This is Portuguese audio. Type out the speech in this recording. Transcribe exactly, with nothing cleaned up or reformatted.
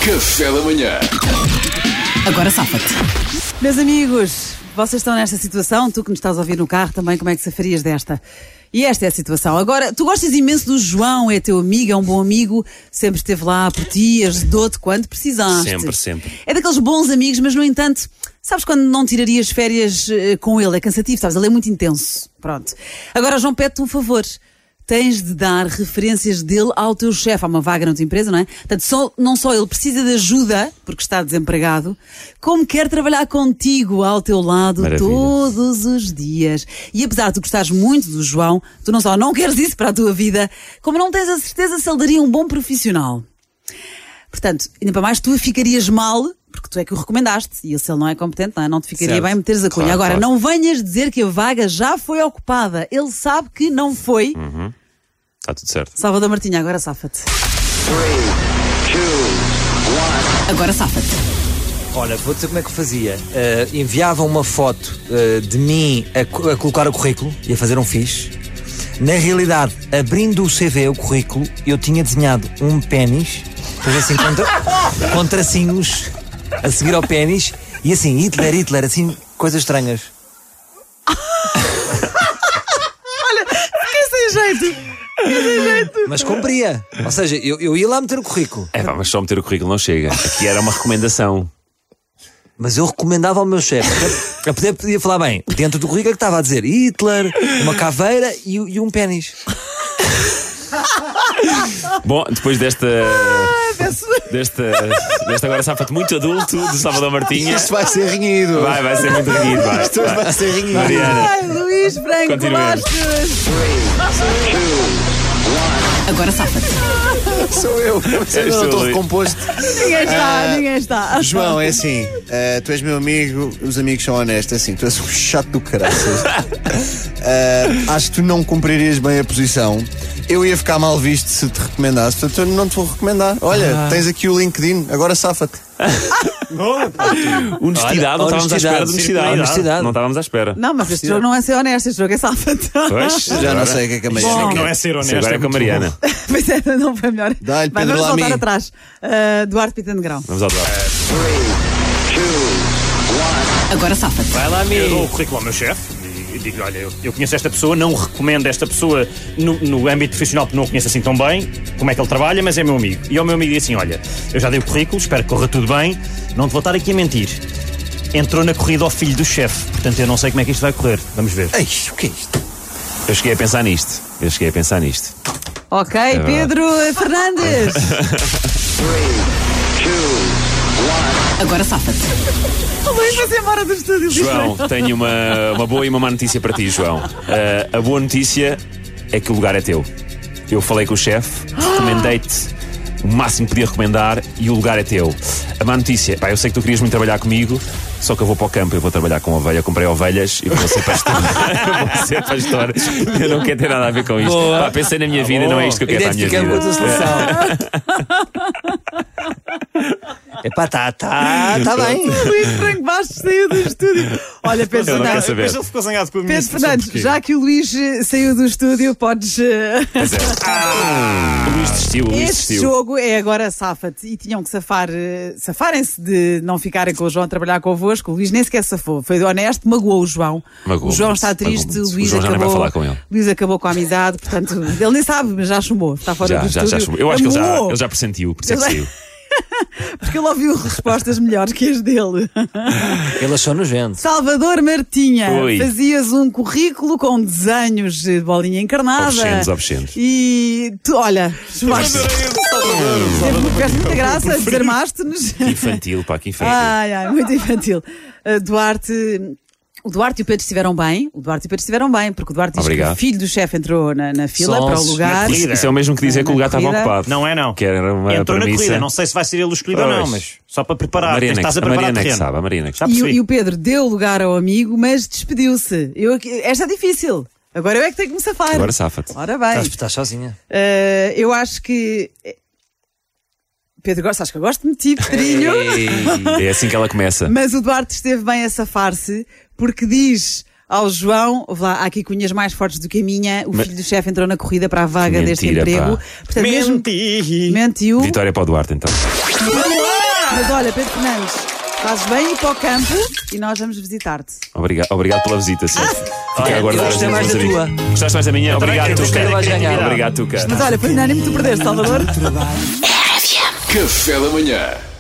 Café da manhã. Agora safa-te. Meus amigos, vocês estão nesta situação, tu que nos estás a ouvir no carro também, como é que safarias desta? E esta é a situação. Agora, tu gostas imenso do João, é teu amigo, é um bom amigo, sempre esteve lá por ti, ajudou-te quando precisaste. Sempre, sempre. É daqueles bons amigos, mas no entanto, sabes quando não tirarias férias uh, com ele? É cansativo, sabes? Ele é muito intenso. Pronto. Agora, João, pede-te um favor. Tens de dar referências dele ao teu chefe. Há uma vaga na tua empresa, não é? Portanto, só, não só ele precisa de ajuda, porque está desempregado, como quer trabalhar contigo ao teu lado Maravilha. Todos os dias. E apesar de tu gostares muito do João, tu não só não queres isso para a tua vida, como não tens a certeza se ele daria um bom profissional. Portanto, ainda para mais, tu ficarias mal, porque tu é que o recomendaste, e se ele não é competente, não, é? Não te ficaria Certo. bem meteres a cunha. Claro, Agora, claro. não venhas dizer que a vaga já foi ocupada. Ele sabe que não foi. Uhum. Está tudo certo. Salvador Martinha, agora safa-te. Agora safa-te. Olha, vou dizer como é que eu fazia. Uh, enviava uma foto uh, de mim a, co- a colocar o currículo e a fazer um fixe. Na realidade, abrindo o C V, o currículo, eu tinha desenhado um pénis, depois assim com, tra- com tracinhos a seguir ao pénis, e assim, Hitler, Hitler, assim, coisas estranhas. Fiquei sem jeito. Mas cumpria. Ou seja, eu, eu ia lá meter o currículo, É pá, mas só meter o currículo não chega. Aqui era uma recomendação. mas eu recomendava ao meu chefe. Eu podia, podia falar bem, dentro do currículo que estava a dizer Hitler, uma caveira e, e um pénis. Bom, depois desta. Desta. Desta agora safa-te muito adulto do Salvador Martinha. Isto vai ser renhido. Vai, vai ser muito renhido. Vai, Isto hoje vai ser renhido. Mariana. Ai, Luís Franco Continuemos. Bastos. Agora safa-te. Sou eu. Eu És não tu, estou Luís. recomposto. Ninguém está, ninguém está. João, é assim. eh, tu és meu amigo, os amigos são honestos. É assim, tu és um chato do caraças. Eh, acho que tu não cumpririas bem a posição. Eu ia ficar mal visto se te recomendasse. Portanto, eu não te vou recomendar. Olha, tens aqui o LinkedIn, agora safa-te. Honestidade, não estávamos à espera de honestidade. honestidade. Não estávamos à espera. Não, mas este jogo não é ser honesto, este jogo é safa-te. Pois, Já não sei o que é que a Bom. Mariana Não quer. Não é ser Isso honesto. agora é é com a muito Mariana. Pois é, não foi melhor. Dá-lhe, Vai, Pedro vamos voltar Lamy. atrás. Uh, Duarte Pita Negrão. Vamos ao debate. Agora safa-te. Vai lá, bom. Eu dou o amigo. currículo ao meu chefe e digo, olha, eu, eu conheço esta pessoa, não recomendo esta pessoa no, no âmbito profissional porque não o conheço assim tão bem, como é que ele trabalha, mas é meu amigo. E ao meu amigo diz assim, olha, eu já dei o currículo, espero que corra tudo bem, não te vou estar aqui a mentir. Entrou na corrida ao filho do chefe, portanto eu não sei como é que isto vai correr. Vamos ver. Ei, o que é isto? Eu cheguei a pensar nisto. Eu cheguei a pensar nisto. Ok, É verdade. Pedro Fernandes. Agora safa-te. O Luís vai-se embora do estúdio. João, tenho uma, uma boa e uma má notícia para ti, João. Uh, a boa notícia é que o lugar é teu. Eu falei com o chefe, recomendei-te o máximo que podia recomendar e o lugar é teu. A má notícia, pá, eu sei que tu querias muito trabalhar comigo, só que eu vou para o campo, eu vou trabalhar com ovelha, eu comprei ovelhas e vou ser pastor. Eu vou ser pastor. Eu não quero ter nada a ver com isto. Boa. Pá, pensei na minha vida e não é isto que eu quero para a minha Identificamos a tua vida. solução. Epá, tá, tá, tá bem. Luís Franco Bastos saiu do estúdio. Olha, Pedro Eu não quero Fernandes. saber. Depois ele ficou zangado com a minha Pedro situação, Fernandes, porquê? já que o Luís eh, saiu do estúdio, podes. eh, Pois é. O Luís desistiu, o Luís Este desistiu. jogo é agora safa-te e tinham que safar, eh, safarem-se de não ficarem com o João a trabalhar convosco. O Luís nem sequer safou, foi honesto, magoou o João. Magoou o João muito, está triste, magoou o muito. Luís O João já nem acabou. vai falar com ele. O Luís acabou com a amizade, portanto, ele nem sabe, mas já chumou, está fora Já, do já, estúdio. já. Eu acho que ele já, Amou, ele já pressentiu, por isso é que Ele- saiu. porque ele ouviu respostas melhores que as dele. Ele achou nojento. Salvador Martinha, Oi. fazias um currículo com desenhos de bolinha encarnada. Obscenos, obscenos. E tu, olha, chumaste. Tiveste muita graça, desarmaste-nos. Que infantil, pá, que infantil. Ai, ai, muito infantil. Uh, Duarte. O Duarte e o Pedro estiveram bem. O Duarte e o Pedro estiveram bem, porque o Duarte diz Obrigado. que o filho do chefe entrou na, na fila Sons para o lugar. na Isso, isso é o mesmo que dizer que o lugar estava corrida. ocupado. Não é, não. Que era uma Entrou na premissa. corrida, não sei se vai ser ele o escolhido ou não, Pois. mas só para A preparar. Mariana, Estás a a preparar Mariana é que terreno. sabe, a Mariana é que Já sabe. E, o- percebi. e o Pedro deu lugar ao amigo, mas despediu-se. Eu, aqui- esta é difícil. Agora eu é que tenho que me safar. Agora safa-te. Ora bem. Estás, estás sozinha. Uh, eu acho que. Pedro, gosta, acho que eu gosto de ti, Pedrinho. É assim que ela começa. Mas o Duarte esteve bem a safar-se porque diz ao João. Lá, há aqui cunhas mais fortes do que a minha. O Mas... filho do chefe entrou na corrida para a vaga Mentira, deste emprego. pá. Portanto, Menti. mesmo mentiu. Vitória para o Duarte, então. Mas olha, Pedro Fernandes, fazes bem ir para o campo e nós vamos visitar-te. Obrigado, obrigado pela visita, sim. Fiquei a aguardar eu gostei as mais minhas da amigos. Gostaste mais da minha? Obrigado, também, Tuca. eu vais ganhar. Obrigado, Tuca. Mas olha, foi unânime tu perdeste, Salvador. Café da manhã.